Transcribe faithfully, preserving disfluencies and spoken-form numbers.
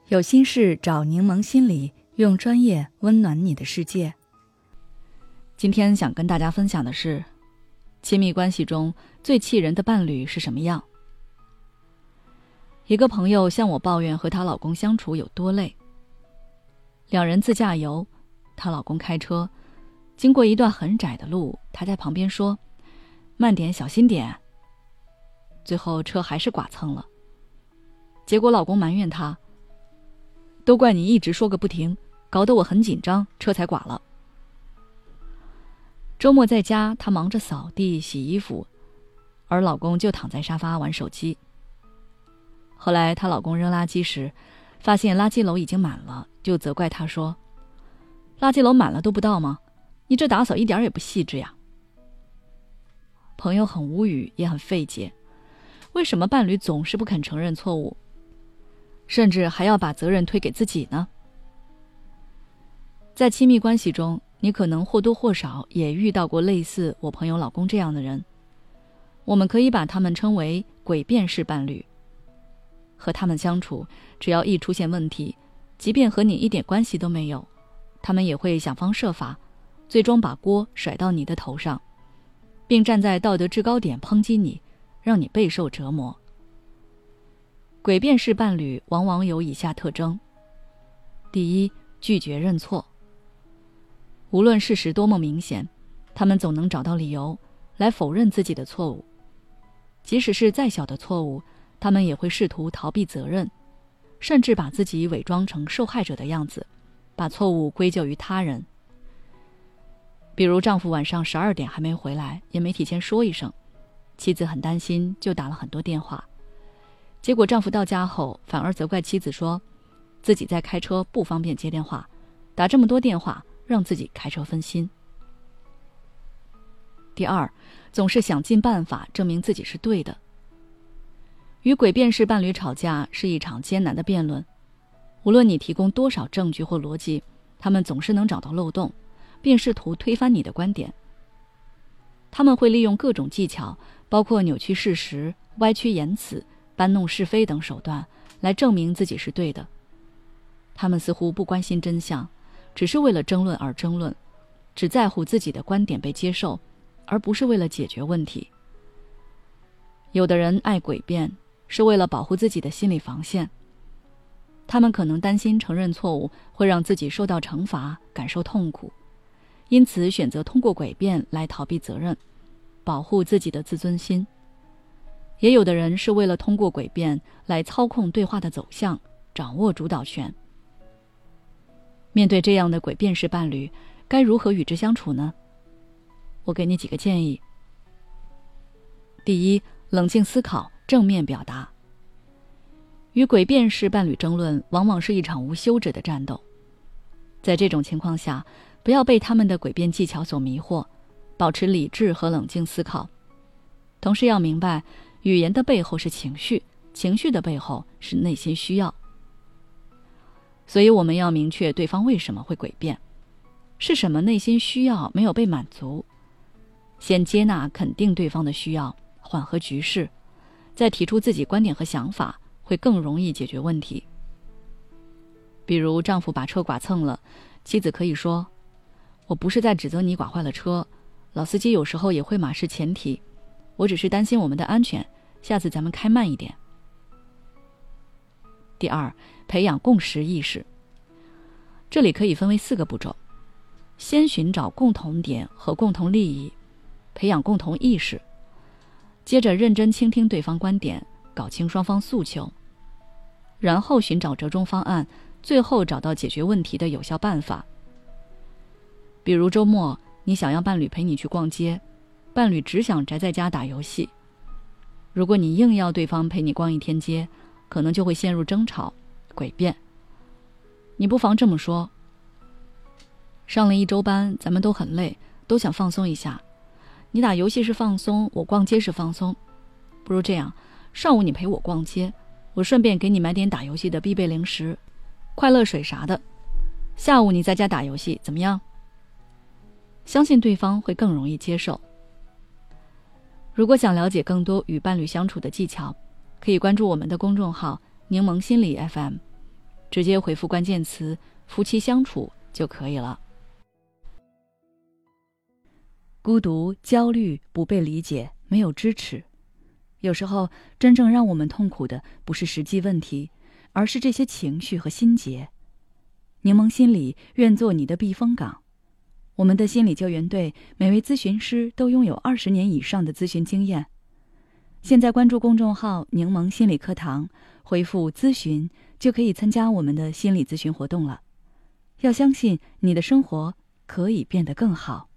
有心事找柠檬心理，用专业温暖你的世界。今天想跟大家分享的是，亲密关系中最气人的伴侣是什么样？一个朋友向我抱怨和她老公相处有多累。两人自驾游，她老公开车，经过一段很窄的路，她在旁边说：“慢点，小心点。”最后车还是剐蹭了。结果老公埋怨她：“都怪你一直说个不停，搞得我很紧张，车才剐了。”周末在家，她忙着扫地、洗衣服，而老公就躺在沙发玩手机。后来她老公扔垃圾时，发现垃圾篓已经满了，就责怪她说：“垃圾篓满了都不倒吗？你这打扫一点也不细致呀。”朋友很无语，也很费解，为什么伴侣总是不肯承认错误，甚至还要把责任推给自己呢？在亲密关系中，你可能或多或少也遇到过类似我朋友老公这样的人，我们可以把他们称为诡辩式伴侣。和他们相处，只要一出现问题，即便和你一点关系都没有，他们也会想方设法，最终把锅甩到你的头上，并站在道德制高点抨击你，让你备受折磨。诡辩式伴侣往往有以下特征：第一，拒绝认错。无论事实多么明显，他们总能找到理由来否认自己的错误。即使是再小的错误，他们也会试图逃避责任，甚至把自己伪装成受害者的样子，把错误归咎于他人。比如丈夫晚上十二点还没回来，也没提前说一声，妻子很担心，就打了很多电话。结果丈夫到家后，反而责怪妻子说，自己在开车不方便接电话，打这么多电话让自己开车分心。第二，总是想尽办法证明自己是对的。与诡辩式伴侣吵架是一场艰难的辩论，无论你提供多少证据或逻辑，他们总是能找到漏洞，并试图推翻你的观点。他们会利用各种技巧，包括扭曲事实、歪曲言辞、搬弄是非等手段，来证明自己是对的。他们似乎不关心真相，只是为了争论而争论，只在乎自己的观点被接受，而不是为了解决问题。有的人爱诡辩，是为了保护自己的心理防线。他们可能担心承认错误会让自己受到惩罚，感受痛苦，因此选择通过诡辩来逃避责任，保护自己的自尊心。也有的人是为了通过诡辩来操控对话的走向，掌握主导权。面对这样的诡辩式伴侣，该如何与之相处呢？我给你几个建议。第一，冷静思考，正面表达。与诡辩式伴侣争论往往是一场无休止的战斗。在这种情况下，不要被他们的诡辩技巧所迷惑，保持理智和冷静思考。同时要明白，语言的背后是情绪，情绪的背后是内心需要。所以我们要明确对方为什么会诡辩，是什么内心需要没有被满足。先接纳肯定对方的需要，缓和局势，再提出自己观点和想法，会更容易解决问题。比如丈夫把车剐蹭了，妻子可以说：“我不是在指责你剐坏了车，老司机有时候也会马失前蹄，我只是担心我们的安全，下次咱们开慢一点。”第二，培养共识意识。这里可以分为四个步骤：先寻找共同点和共同利益，培养共同意识，接着认真倾听对方观点，搞清双方诉求，然后寻找折中方案，最后找到解决问题的有效办法。比如周末你想要伴侣陪你去逛街，伴侣只想宅在家打游戏。如果你硬要对方陪你逛一天街，可能就会陷入争吵、诡辩。你不妨这么说：上了一周班，咱们都很累，都想放松一下。你打游戏是放松，我逛街是放松。不如这样，上午你陪我逛街，我顺便给你买点打游戏的必备零食，快乐水啥的。下午你在家打游戏，怎么样？相信对方会更容易接受。如果想了解更多与伴侣相处的技巧，可以关注我们的公众号柠檬心理 F M， 直接回复关键词夫妻相处就可以了。孤独、焦虑、不被理解、没有支持，有时候真正让我们痛苦的不是实际问题，而是这些情绪和心结。柠檬心理愿做你的避风港。我们的心理救援队每位咨询师都拥有二十年以上的咨询经验。现在关注公众号柠檬心理课堂，回复咨询就可以参加我们的心理咨询活动了。要相信你的生活可以变得更好。